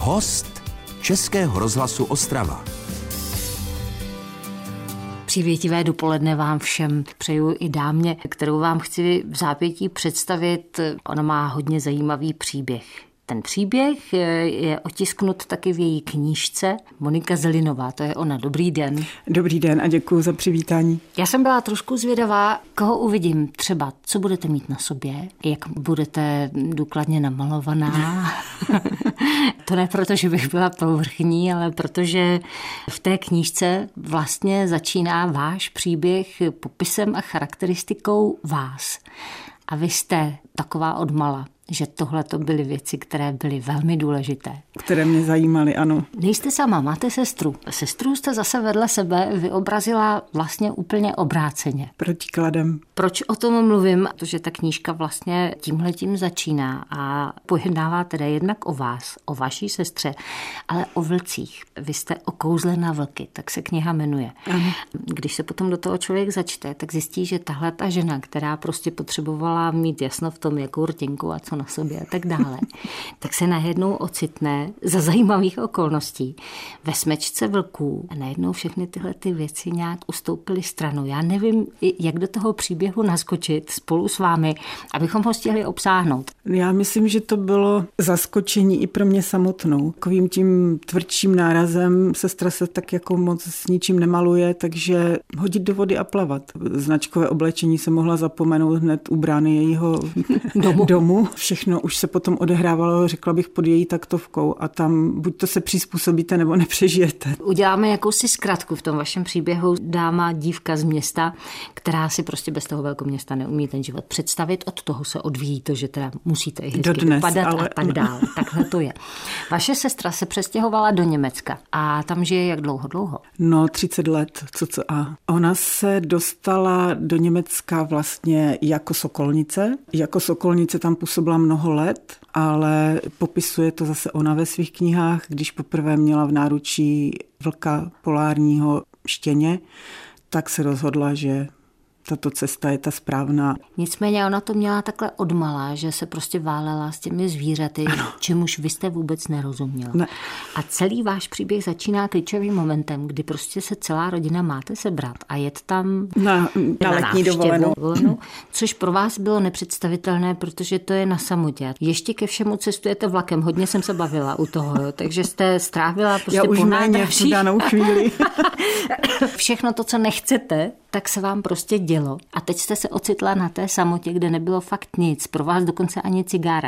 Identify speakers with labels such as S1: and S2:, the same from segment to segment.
S1: Host Českého rozhlasu Ostrava.
S2: Přívětivé dopoledne vám všem přeju i dámě, kterou vám chci v zápětí představit. Ona má hodně zajímavý příběh. Ten příběh je otisknut taky v její knížce. Monika Zelinová, to je ona. Dobrý den.
S3: Dobrý den a děkuji za přivítání.
S2: Já jsem byla trošku zvědavá, koho uvidím. Třeba, co budete mít na sobě, jak budete důkladně namalovaná. To ne proto, že bych byla povrchní, ale protože v té knížce vlastně začíná váš příběh popisem a charakteristikou vás. A vy jste taková odmala, že tohle to byly věci, které byly velmi důležité.
S3: Které mě zajímaly, ano.
S2: Nejste sama, máte sestru. Sestru jste zase vedle sebe vyobrazila vlastně úplně obráceně.
S3: Protikladem.
S2: Proč o tom mluvím? Protože ta knížka vlastně tímhletím začíná a pojednává tedy jednak o vás, o vaší sestře, ale o vlcích. Vy jste Okouzlená vlky, tak se kniha jmenuje.
S3: Ano.
S2: Když se potom do toho člověk začte, tak zjistí, že tahle ta žena, která prostě potřebovala mít jasno v tom, jakou rtinku a co na sobě a tak dále, tak se najednou ocitne za zajímavých okolností ve smečce vlků a najednou všechny tyhle ty věci nějak ustoupily stranou. Já nevím, jak do toho příběhu naskočit spolu s vámi, abychom ho stihli obsáhnout.
S3: Já myslím, že to bylo zaskočení i pro mě samotnou. Takovým tím tvrdším nárazem sestra se tak jako moc s ničím nemaluje, takže hodit do vody a plavat. Značkové oblečení se mohla zapomenout hned u brány jejího domu. Všechno už se potom odehrávalo, řekla bych, pod její taktovkou a tam buď to se přizpůsobíte, nebo nepřežijete.
S2: Uděláme jakousi zkratku v tom vašem příběhu. Dáma, dívka z města, která si prostě bez toho velkoměsta neumí ten život představit. Od toho se odvíjí to, že teda musíte i hezky vypadat a tak dále. Takhle to je. Vaše sestra se přestěhovala do Německa a tam žije jak dlouho?
S3: No, 30 let, cca. Ona se dostala do Německa vlastně jako sokolnice. Jako sokolnice tam působila mnoho let, ale popisuje to zase ona ve svých knihách, když poprvé měla v náručí vlka polárního štěně, tak se rozhodla, že tato cesta je ta správná.
S2: Nicméně ona to měla takhle odmala, že se prostě válela s těmi zvířaty, ano. Čemuž vy jste vůbec nerozuměla.
S3: Ne.
S2: A celý váš příběh začíná klíčovým momentem, kdy prostě se celá rodina máte sebrat a jet tam
S3: na letní dovolenou.
S2: Což pro vás bylo nepředstavitelné, protože to je na samotě. Ještě ke všemu cestujete vlakem, hodně jsem se bavila u toho, jo, takže jste strávila prostě
S3: já už
S2: po
S3: méně
S2: nádraží.
S3: V danou chvíli.
S2: Všechno to, co nechcete, tak se vám prostě dělo. A teď jste se ocitla na té samotě, kde nebylo fakt nic. Pro vás dokonce ani cigára.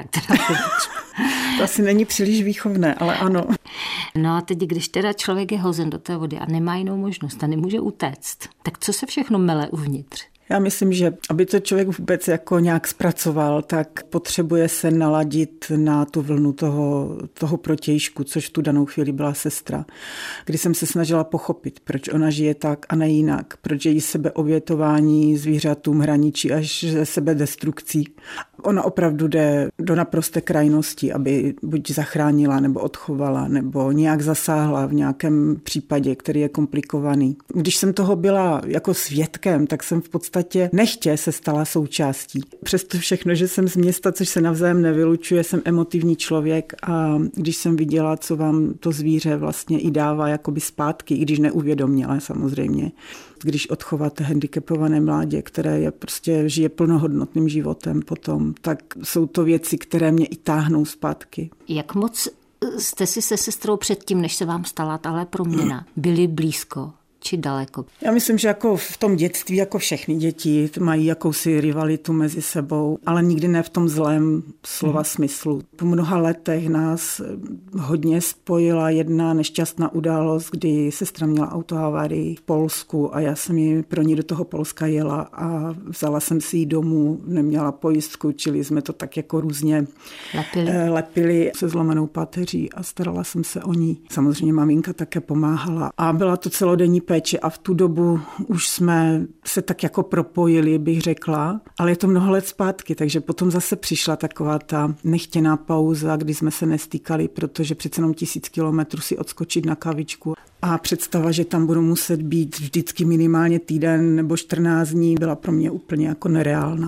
S3: To asi není příliš výchovné, ale ano.
S2: No a teď, když teda člověk je hozen do té vody a nemá jinou možnost a nemůže utéct, tak co se všechno mele uvnitř?
S3: Já myslím, že aby to člověk vůbec jako nějak zpracoval, tak potřebuje se naladit na tu vlnu toho protějšku, což v tu danou chvíli byla sestra. Kdy jsem se snažila pochopit, proč ona žije tak a ne jinak, proč její sebeobětování zvířatům hraničí až se sebedestrukcí. Ona opravdu jde do naprosté krajnosti, aby buď zachránila, nebo odchovala, nebo nějak zasáhla v nějakém případě, který je komplikovaný. Když jsem toho byla jako svědkem, tak jsem v podstatě nechtě se stala součástí. Přesto všechno, že jsem z města, což se navzájem nevylučuje, jsem emotivní člověk a když jsem viděla, co vám to zvíře vlastně i dává jakoby zpátky, i když neuvědoměle samozřejmě, když odchováte handicapované mládě, které je prostě žije plnohodnotným životem potom, tak jsou to věci, které mě i táhnou zpátky.
S2: Jak moc jste si se sestrou předtím, než se vám stala tahle proměna, byli blízko? Či daleko?
S3: Já myslím, že jako v tom dětství, jako všechny děti, mají jakousi rivalitu mezi sebou, ale nikdy ne v tom zlém slova smyslu. Po mnoha letech nás hodně spojila jedna nešťastná událost, kdy sestra měla autohavárii v Polsku a já jsem ji pro ní do toho Polska jela a vzala jsem si ji domů, neměla pojistku, čili jsme to tak jako různě lepili se zlomenou páteří a starala jsem se o ní. Samozřejmě maminka také pomáhala a byla to celodenní péče a v tu dobu už jsme se tak jako propojili, bych řekla, ale je to mnoho let zpátky, takže potom zase přišla taková ta nechtěná pauza, kdy jsme se nestýkali, protože přece jenom 1000 kilometrů si odskočit na kavičku a představa, že tam budu muset být vždycky minimálně týden nebo 14 dní, byla pro mě úplně jako nereálná.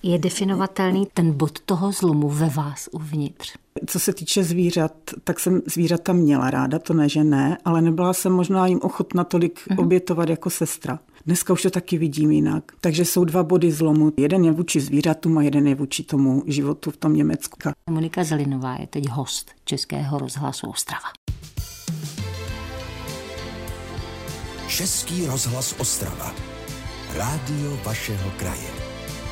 S2: Je definovatelný ten bod toho zlomu ve vás uvnitř?
S3: Co se týče zvířat, tak jsem zvířata měla ráda, to ne, že ne, ale nebyla jsem možná jim ochotna tolik obětovat jako sestra. Dneska už to taky vidím jinak. Takže jsou 2 body zlomu. Jeden je vůči zvířatům a jeden je vůči tomu životu v tom Německu.
S2: Monika Zelinová je teď host Českého rozhlasu Ostrava.
S1: Český rozhlas Ostrava. Rádio vašeho kraje.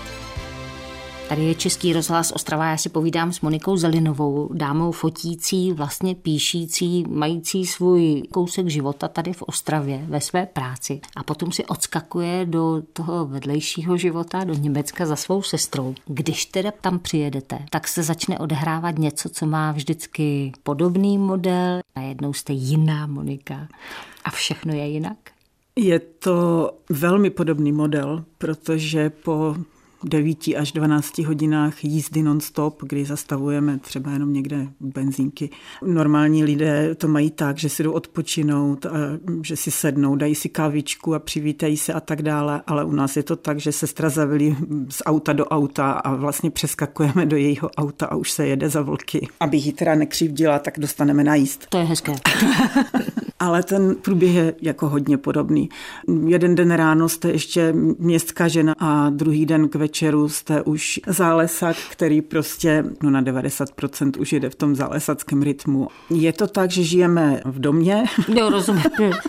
S2: Tady je Český rozhlas Ostrava, já si povídám s Monikou Zelinovou, dámou fotící, vlastně píšící, mající svůj kousek života tady v Ostravě ve své práci. A potom si odskakuje do toho vedlejšího života, do Německa za svou sestrou. Když teda tam přijedete, tak se začne odehrávat něco, co má vždycky podobný model. Najednou jste jiná Monika a všechno je jinak.
S3: Je to velmi podobný model, protože po 9 až 12 hodinách jízdy non-stop, kdy zastavujeme třeba jenom někde benzínky. Normální lidé to mají tak, že si jdou odpočinout, a že si sednou, dají si kávičku a přivítají se a tak dále, ale u nás je to tak, že sestra zavelí z auta do auta a vlastně přeskakujeme do jejího auta a už se jede za vlky. Abych ji teda nekřivdila, tak dostaneme najíst.
S2: To je hezké.
S3: Ale ten průběh je jako hodně podobný. Jeden den ráno jste ještě městská žena a druhý den k večeru jste už zálesak, který prostě na 90% už jede v tom zálesackém rytmu. Je to tak, že žijeme v domě.
S2: Jo, rozumím.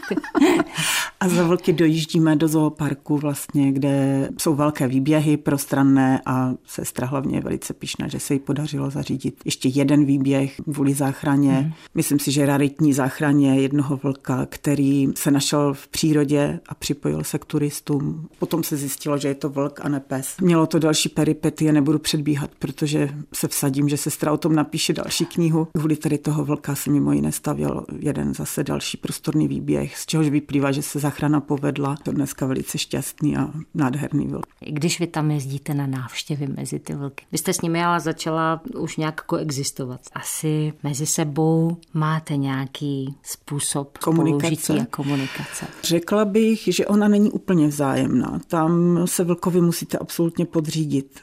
S3: A za vlky dojíždíme do zooparku vlastně, kde jsou velké výběhy prostranné a sestra hlavně je velice pyšná, že se jí podařilo zařídit ještě jeden výběh kvůli záchraně. Myslím si, že raritní záchraně jednoho vlka, který se našel v přírodě a připojil se k turistům. Potom se zjistilo, že je to vlk a ne pes. Mělo to další peripetie, nebudu předbíhat, protože se vsadím, že sestra o tom napíše další knihu. Kvůli tady toho vlka se mimo jiné stavěl jeden zase další prostorný výběh, z čehož vyplývá, že se záchrana povedla. To dneska velice šťastný a nádherný vlk.
S2: Když vy tam jezdíte na návštěvy mezi ty vlky, vy jste s nimi ale začala už nějak koexistovat. Asi mezi sebou máte nějaký způsob spolužití a komunikace.
S3: Řekla bych, že ona není úplně vzájemná. Tam se vlkovi musíte absolutně podřídit.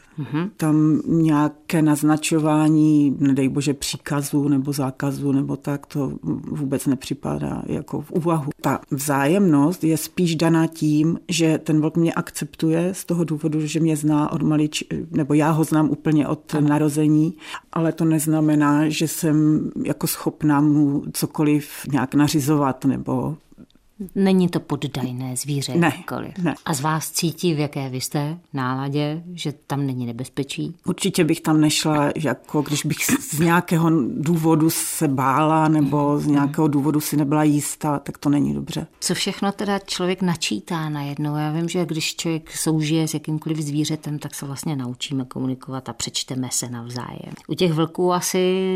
S3: Tam nějaké naznačování, nedej bože, příkazu nebo zákazu nebo tak, to vůbec nepřipadá jako v úvahu. Ta vzájemnost je spíš daná tím, že ten vlk mě akceptuje z toho důvodu, že mě zná od nebo já ho znám úplně od narození, ale to neznamená, že jsem jako schopná mu cokoliv nějak nařizovat nebo...
S2: Není to poddajné zvíře jakkoliv.
S3: Ne.
S2: A z vás cítí, v jaké vy jste náladě, že tam není nebezpečí?
S3: Určitě bych tam nešla, jako když bych z nějakého důvodu se bála nebo z nějakého důvodu si nebyla jistá, tak to není dobře.
S2: Co všechno teda člověk načítá najednou? Já vím, že když člověk soužije s jakýmkoliv zvířetem, tak se vlastně naučíme komunikovat a přečteme se navzájem. U těch vlků asi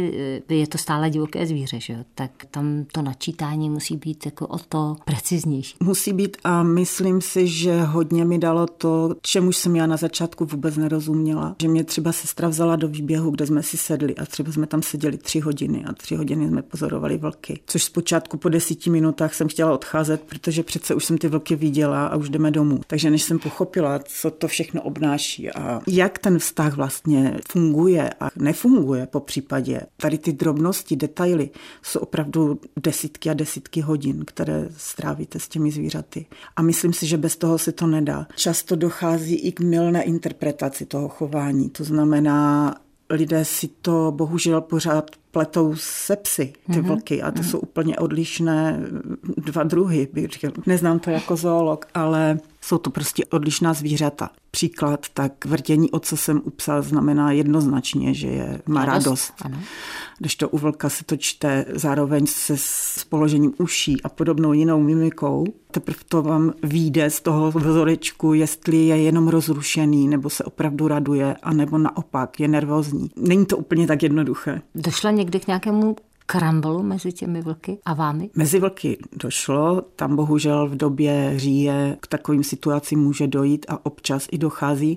S2: je to stále divoké zvíře, že jo? Tak tam to načítání musí být jako o to preciznější.
S3: Musí být a myslím si, že hodně mi dalo to, čemuž jsem já na začátku vůbec nerozuměla. Že mě třeba sestra vzala do výběhu, kde jsme si sedli a třeba jsme tam seděli 3 hodiny a 3 hodiny jsme pozorovali vlky. Což zpočátku po 10 minutách jsem chtěla odcházet, protože přece už jsem ty vlky viděla a už jdeme domů. Takže než jsem pochopila, co to všechno obnáší a jak ten vztah vlastně funguje a nefunguje po případě, tady ty drobnosti, detaily jsou opravdu desítky a desítky hodin, které strávíte s těmi zvířaty. A myslím si, že bez toho se to nedá. Často dochází i k mylné interpretaci toho chování. To znamená, lidé si to bohužel pořád pletou se psy, ty vlky, a to jsou úplně odlišné 2 druhy, bych říkal. Neznám to jako zoolog, ale jsou to prostě odlišná zvířata. Příklad, tak vrtění ocasem u psa znamená jednoznačně, že má radost. Když to u vlka se to čte zároveň se s položením uší a podobnou jinou mimikou, teprve to vám vyjde z toho vzorečku, jestli je jenom rozrušený, nebo se opravdu raduje, anebo naopak je nervózní. Není to úplně tak jednoduché.
S2: Došla někdy k nějakému karambolu mezi těmi vlky a vámi?
S3: Mezi vlky došlo, tam bohužel v době říje k takovým situacím může dojít a občas i dochází,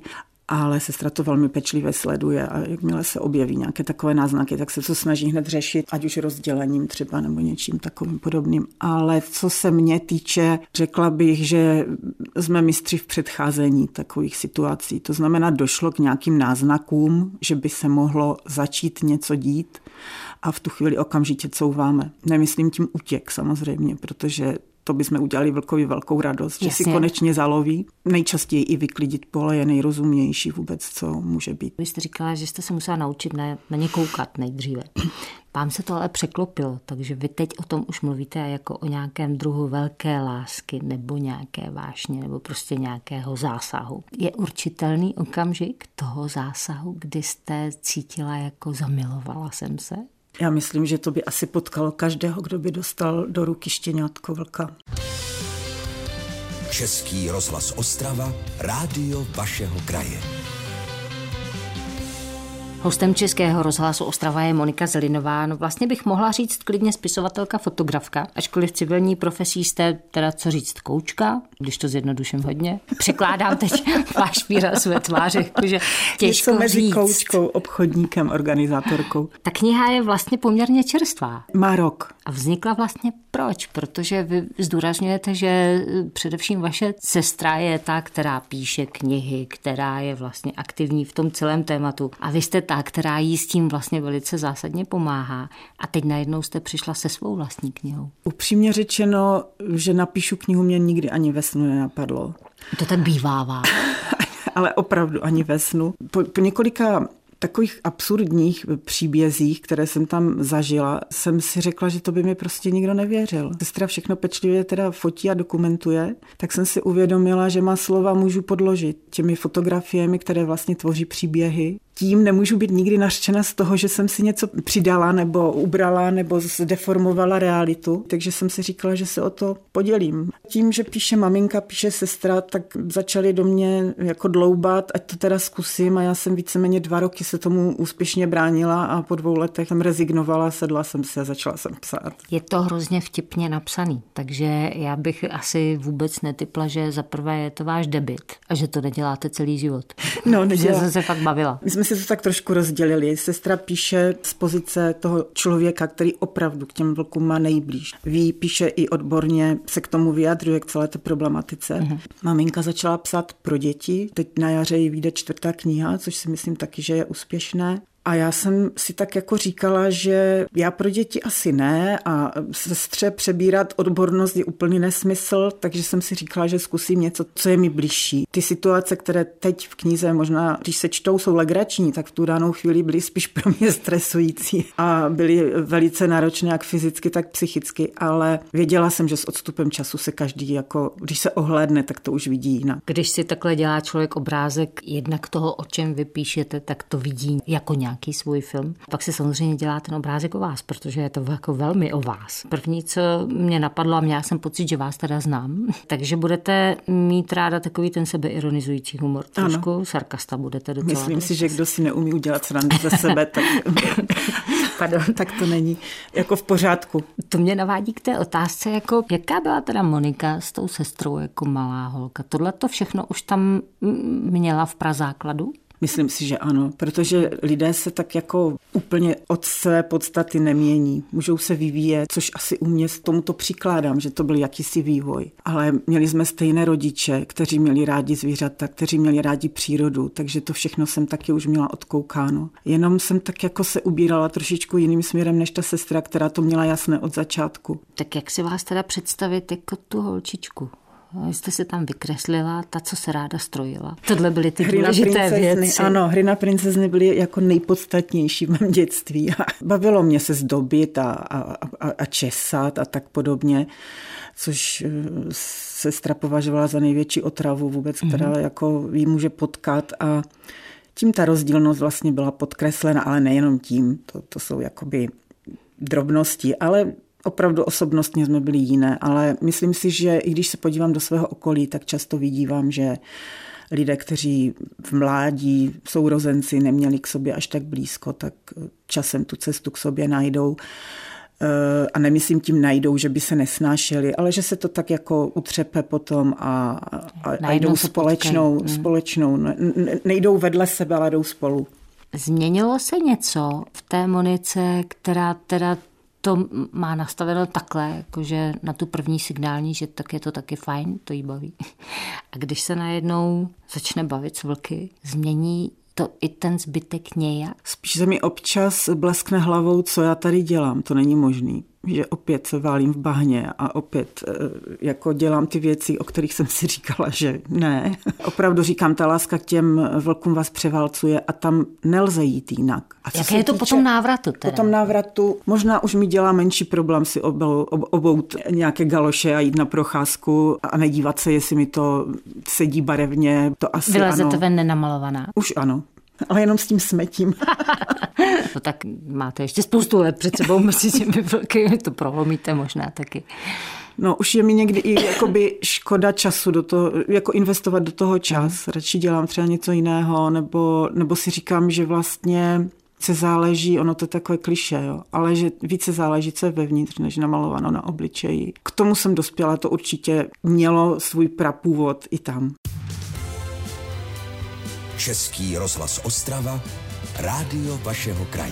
S3: ale sestra to velmi pečlivě sleduje a jakmile se objeví nějaké takové náznaky, tak se to snaží hned řešit, ať už rozdělením třeba nebo něčím takovým podobným. Ale co se mě týče, řekla bych, že jsme mistři v předcházení takových situací. To znamená, došlo k nějakým náznakům, že by se mohlo začít něco dít a v tu chvíli okamžitě couváme. Nemyslím tím útěk samozřejmě, protože to bychom udělali vlkovi velkou radost, že si konečně zaloví. Nejčastěji i vyklidit pole je nejrozumnější vůbec, co může být.
S2: Vy jste říkala, že jste se musela naučit na ně koukat nejdříve. Vám se to ale překlopilo, takže vy teď o tom už mluvíte jako o nějakém druhu velké lásky nebo nějaké vášně nebo prostě nějakého zásahu. Je určitelný okamžik toho zásahu, kdy jste cítila jako zamilovala jsem se?
S3: Já myslím, že to by asi potkalo každého, kdo by dostal do ruky štěňátko vlka.
S1: Český rozhlas Ostrava, rádio vašeho kraje.
S2: Hostem Českého rozhlasu Ostrava je Monika Zelinová. No vlastně bych mohla říct klidně spisovatelka, fotografka, ačkoliv civilní profesí jste teda co říct koučka, když to zjednoduším hodně. Překládám teď váš výraz ve tváři, že těžko
S3: něco mezi
S2: říct.
S3: koučkou, obchodníkem, organizátorkou.
S2: Ta kniha je vlastně poměrně čerstvá.
S3: Má rok.
S2: A vznikla vlastně proč? Protože vy zdůrazňujete, že především vaše sestra je ta, která píše knihy, která je vlastně aktivní v tom celém tématu. A vy jste ta, která jí s tím vlastně velice zásadně pomáhá. A teď najednou jste přišla se svou vlastní knihou.
S3: Upřímně řečeno, že napíšu knihu, mě nikdy ani ve snu nenapadlo.
S2: To tak bývává.
S3: Ale opravdu ani ve snu. Po několika takových absurdních příbězích, které jsem tam zažila, jsem si řekla, že to by mi prostě nikdo nevěřil. Sestra všechno pečlivě teda fotí a dokumentuje, tak jsem si uvědomila, že má slova můžu podložit těmi fotografiemi, které vlastně tvoří příběhy. Tím nemůžu být nikdy nařčena z toho, že jsem si něco přidala nebo ubrala nebo zdeformovala realitu, takže jsem si říkala, že se o to podělím. Tím, že píše maminka, píše sestra, tak začali do mě jako dloubat, ať to teda zkusím a já jsem víceméně 2 roky se tomu úspěšně bránila a po 2 letech jsem rezignovala, sedla jsem si a začala jsem psát.
S2: Je to hrozně vtipně napsaný, takže já bych asi vůbec netypla, že za prvé je to váš debut a že to neděláte celý život.
S3: No, nedělá.
S2: Že jsem se fakt bavila.
S3: My jsme si to tak trošku rozdělili. Sestra píše z pozice toho člověka, který opravdu k těm vlkům má nejblíž. Ví, píše i odborně, se k tomu vyjadřuje, k celé té problematice. Maminka začala psát pro děti. Teď na jaře jí vyjde 4. kniha, což si myslím taky, že je úspěšné. A já jsem si tak jako říkala, že já pro děti asi ne a sestře přebírat odbornost je úplný nesmysl, takže jsem si říkala, že zkusím něco, co je mi bližší. Ty situace, které teď v knize možná, když se čtou, jsou legrační, tak v tu danou chvíli byly spíš pro mě stresující a byly velice náročné jak fyzicky, tak psychicky, ale věděla jsem, že s odstupem času se každý jako, když se ohlédne, tak to už vidí jinak.
S2: Když si takhle dělá člověk obrázek jednak toho, o čem vy píšete, tak to vidí jako nějaký svůj film. Pak si samozřejmě dělá ten obrázek o vás, protože je to jako velmi o vás. První, co mě napadlo, a měla jsem pocit, že vás teda znám, takže budete mít ráda takový ten sebeironizující humor. Trošku ano. Sarkasta budete docela.
S3: Myslím si, že kdo si neumí udělat srandu ze sebe, tak... Pardon. Tak to není jako v pořádku.
S2: To mě navádí k té otázce, jako jaká byla teda Monika s tou sestrou jako malá holka. Tohle to všechno už tam měla v prazákladu?
S3: Myslím si, že ano, protože lidé se tak jako úplně od své podstaty nemění. Můžou se vyvíjet, což asi u mě tomuto přikládám, že to byl jakýsi vývoj. Ale měli jsme stejné rodiče, kteří měli rádi zvířata, kteří měli rádi přírodu, takže to všechno jsem taky už měla odkoukáno. Jenom jsem tak jako se ubírala trošičku jiným směrem než ta sestra, která to měla jasné od začátku.
S2: Tak jak si vás teda představit jako tu holčičku? Jste se tam vykreslila, ta, co se ráda strojila. Tohle byly ty důležité věci.
S3: Ano, hry na princezny byly jako nejpodstatnější v mém dětství. Bavilo mě se zdobit a česat a tak podobně, což sestra považovala za největší otravu vůbec, která jako jí může potkat a tím ta rozdílnost vlastně byla podkreslena, ale nejenom tím, to jsou jakoby drobnosti, ale opravdu osobnostně jsme byli jiné, ale myslím si, že i když se podívám do svého okolí, tak často vidívám, že lidé, kteří v mládí sourozenci neměli k sobě až tak blízko, tak časem tu cestu k sobě najdou. A nemyslím tím najdou, že by se nesnášeli, ale že se to tak jako utřepe potom a jdou společnou. Nejdou vedle sebe, ale jdou spolu.
S2: Změnilo se něco v té Monice, která teda to má nastaveno takhle, jakože na tu první signální, že tak je to taky fajn, to jí baví. A když se najednou začne bavit s vlky, změní to i ten zbytek nějak?
S3: Spíš se mi občas bleskne hlavou, co já tady dělám, to není možný. Že opět se válím v bahně a opět jako dělám ty věci, o kterých jsem si říkala, že ne. Opravdu říkám, ta láska k těm vlkům vás převálcuje a tam nelze jít jinak.
S2: Jaké je to po tom návratu teda?
S3: Po tom návratu možná už mi dělá menší problém si obout nějaké galoše a jít na procházku a nedívat se, jestli mi to sedí barevně. To asi
S2: vylezete ven nenamalovaná?
S3: Už ano. Ale jenom s tím smetím.
S2: No tak máte ještě spoustu let před sebou mezi těmi vlky, to prolomíte možná taky.
S3: No už je mi někdy i jakoby škoda času do toho, jako investovat do toho čas. Radši dělám třeba něco jiného, nebo si říkám, že vlastně se záleží, ono to je takové klišé, jo, ale že více záleží, co je vevnitř, než namalováno na obličeji. K tomu jsem dospěla, to určitě mělo svůj prapůvod i tam.
S1: Český rozhlas Ostrava, rádio vašeho kraje.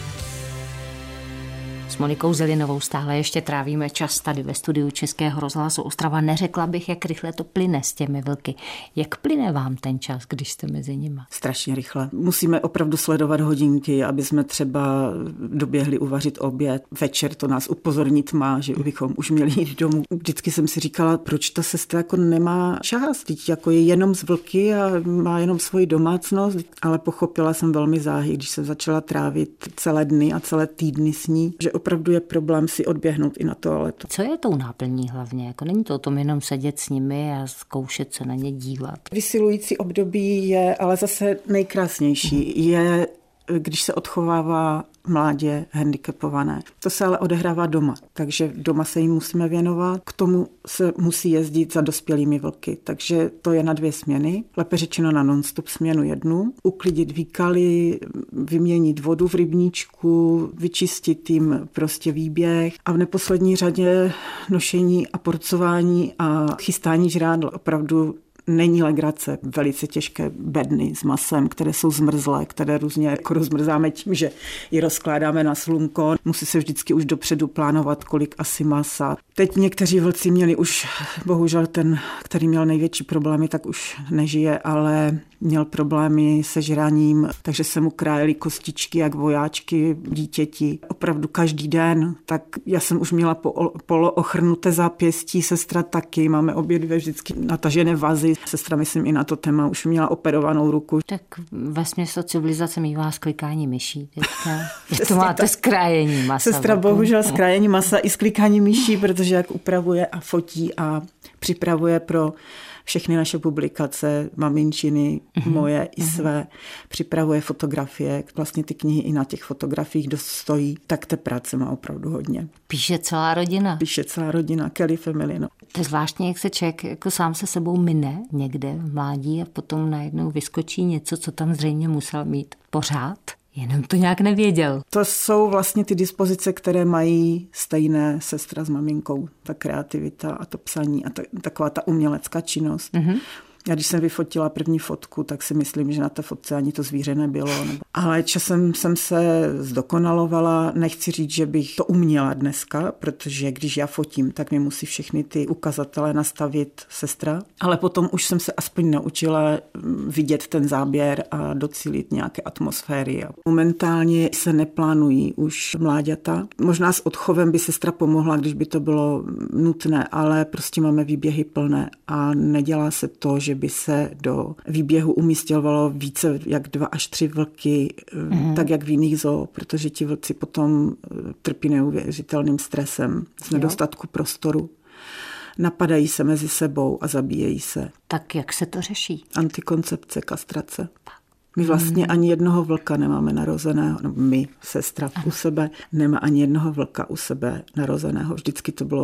S2: S Monikou Zelinovou stále ještě trávíme čas tady ve studiu Českého rozhlasu Ostrava. Neřekla bych, jak rychle to plyne s těmi vlky. Jak plyne vám ten čas, když jste mezi nima?
S3: Strašně rychle. Musíme opravdu sledovat hodinky, aby jsme třeba doběhli uvařit oběd. Večer to nás upozornit má, že bychom už měli jít domů. Vždycky jsem si říkala, proč ta sestra jako nemá čas, teď jako je jenom z vlky a má jenom svoji domácnost, ale pochopila jsem velmi záhy, když jsem začala trávit celé dny a celé týdny s ní, že opravdu je problém si odběhnout i na toaletu.
S2: Co je tou náplní hlavně? Jako není to o tom jenom sedět s nimi a zkoušet se na ně dívat?
S3: Vysilující období je ale zase nejkrásnější. Je, když se odchovává mládě handicapované. To se ale odehrává doma, takže doma se jim musíme věnovat. K tomu se musí jezdit za dospělými vlky, takže to je na 2 směny, lépe řečeno na non-stop směnu 1. Uklidit výkaly, vyměnit vodu v rybníčku, vyčistit jim prostě výběh a v neposlední řadě nošení a porcování a chystání žrádla. Opravdu není legrace, velice těžké bedny s masem, které jsou zmrzlé, které různě jako rozmrzáme tím, že ji rozkládáme na slunko. Musí se vždycky už dopředu plánovat, kolik asi masa. Teď někteří vlci měli už, bohužel ten, který měl největší problémy, tak už nežije, ale měl problémy se žraním, takže se mu krájely kostičky jak vojáčky dítěti. Opravdu každý den, tak já jsem už měla poloochrnuté zápěstí, sestra taky, máme obě dvě vždycky natažené vazy. Sestra, myslím, i na to téma už měla operovanou ruku.
S2: Tak vesměs to civilizace mívá sklikání myší teďka. To máte skrájení masa.
S3: Sestra bohužel skrájení masa i sklikání myší, protože jak upravuje a fotí a připravuje pro všechny naše publikace, maminčiny, moje i své, připravuje fotografie, vlastně ty knihy i na těch fotografiích dost stojí, tak té práce má opravdu hodně.
S2: Píše celá rodina.
S3: Píše celá rodina, Kelly Family, no.
S2: To je zvláštně, jak se člověk jako sám se sebou mine někde v mládí a potom najednou vyskočí něco, co tam zřejmě musel mít pořád. Jenom to nějak nevěděl.
S3: To jsou vlastně ty dispozice, které mají stejné sestra s maminkou. Ta kreativita a to psaní a taková ta umělecká činnost. Mm-hmm. Já když jsem vyfotila první fotku, tak si myslím, že na té fotce ani to zvíře nebylo. Ale časem jsem se zdokonalovala. Nechci říct, že bych to uměla dneska, protože když já fotím, tak mi musí všechny ty ukazatele nastavit sestra. Ale potom už jsem se aspoň naučila vidět ten záběr a docílit nějaké atmosféry. Momentálně se neplánují už mláďata. Možná s odchovem by sestra pomohla, když by to bylo nutné, ale prostě máme výběhy plné a nedělá se to, že by se do výběhu umístěvalo více jak 2 až 3 vlky, tak jak v jiných zoo, protože ti vlci potom trpí neuvěřitelným stresem z nedostatku prostoru. Napadají se mezi sebou a zabíjejí se.
S2: Tak jak se to řeší?
S3: Antikoncepce, kastrace. My vlastně ani jednoho vlka nemáme narozeného, no my, sestra u sebe, nemá ani jednoho vlka u sebe narozeného. Vždycky to bylo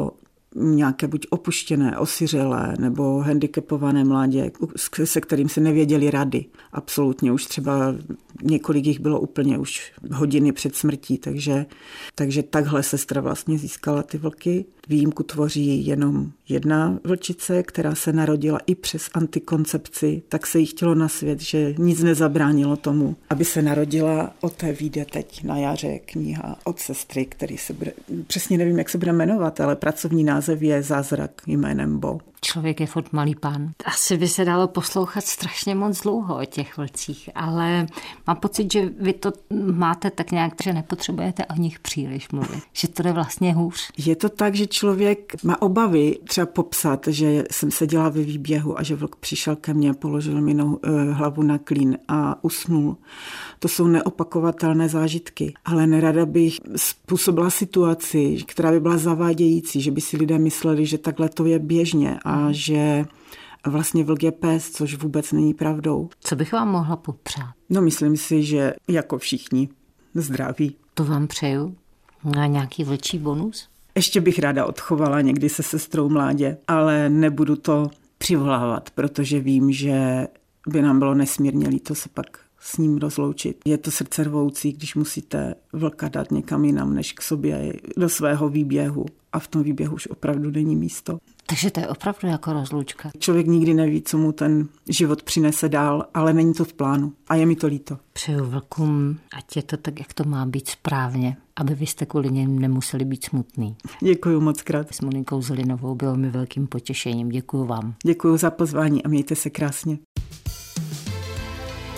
S3: nějaké buď opuštěné, osiřelé nebo handicapované mládě, se kterým se nevěděli rady. Absolutně už třeba několik jich bylo úplně už hodiny před smrtí, takže takhle sestra vlastně získala ty vlky. Výjimku tvoří jenom jedna vlčice, která se narodila i přes antikoncepci, tak se jí chtělo na svět, že nic nezabránilo tomu, aby se narodila. O té vyjde teď na jaře kniha od sestry, který se bude, přesně nevím, jak se bude jmenovat, ale pracovní název je Zázrak jménem Bo.
S2: Člověk je furt malý pán. Asi by se dalo poslouchat strašně moc dlouho o těch vlcích, ale mám pocit, že vy to máte tak nějak, že nepotřebujete o nich příliš mluvit. Že to jde vlastně hůř.
S3: Je to tak, že člověk má obavy třeba popsat, že jsem seděla ve výběhu a že vlk přišel ke mně, položil mi hlavu na klín a usnul. To jsou neopakovatelné zážitky, ale nerada bych způsobila situaci, která by byla zavádějící, že by si lidé mysleli, že takhle to je běžně a že vlastně vlk je pes, což vůbec není pravdou.
S2: Co bych vám mohla popřát?
S3: No myslím si, že jako všichni zdraví.
S2: To vám přeju. A nějaký vlčí bonus?
S3: Ještě bych ráda odchovala někdy se sestrou mládě, ale nebudu to přivolávat, protože vím, že by nám bylo nesmírně líto se pak s ním rozloučit. Je to srdcervoucí, když musíte vlka dát někam jinam než k sobě do svého výběhu a v tom výběhu už opravdu není místo.
S2: Takže to je opravdu jako rozloučka.
S3: Člověk nikdy neví, co mu ten život přinese dál, ale není to v plánu a je mi to líto.
S2: Přeju vlkům, ať je to tak, jak to má být správně, aby vy jste kvůli něm nemuseli být smutný.
S3: Děkuju moc krát.
S2: S Monikou Zelinovou bylo mi velkým potěšením. Děkuju vám.
S3: Děkuju za pozvání a mějte se krásně.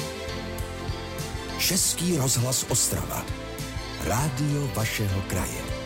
S1: Český rozhlas Ostrava. Rádio vašeho kraje.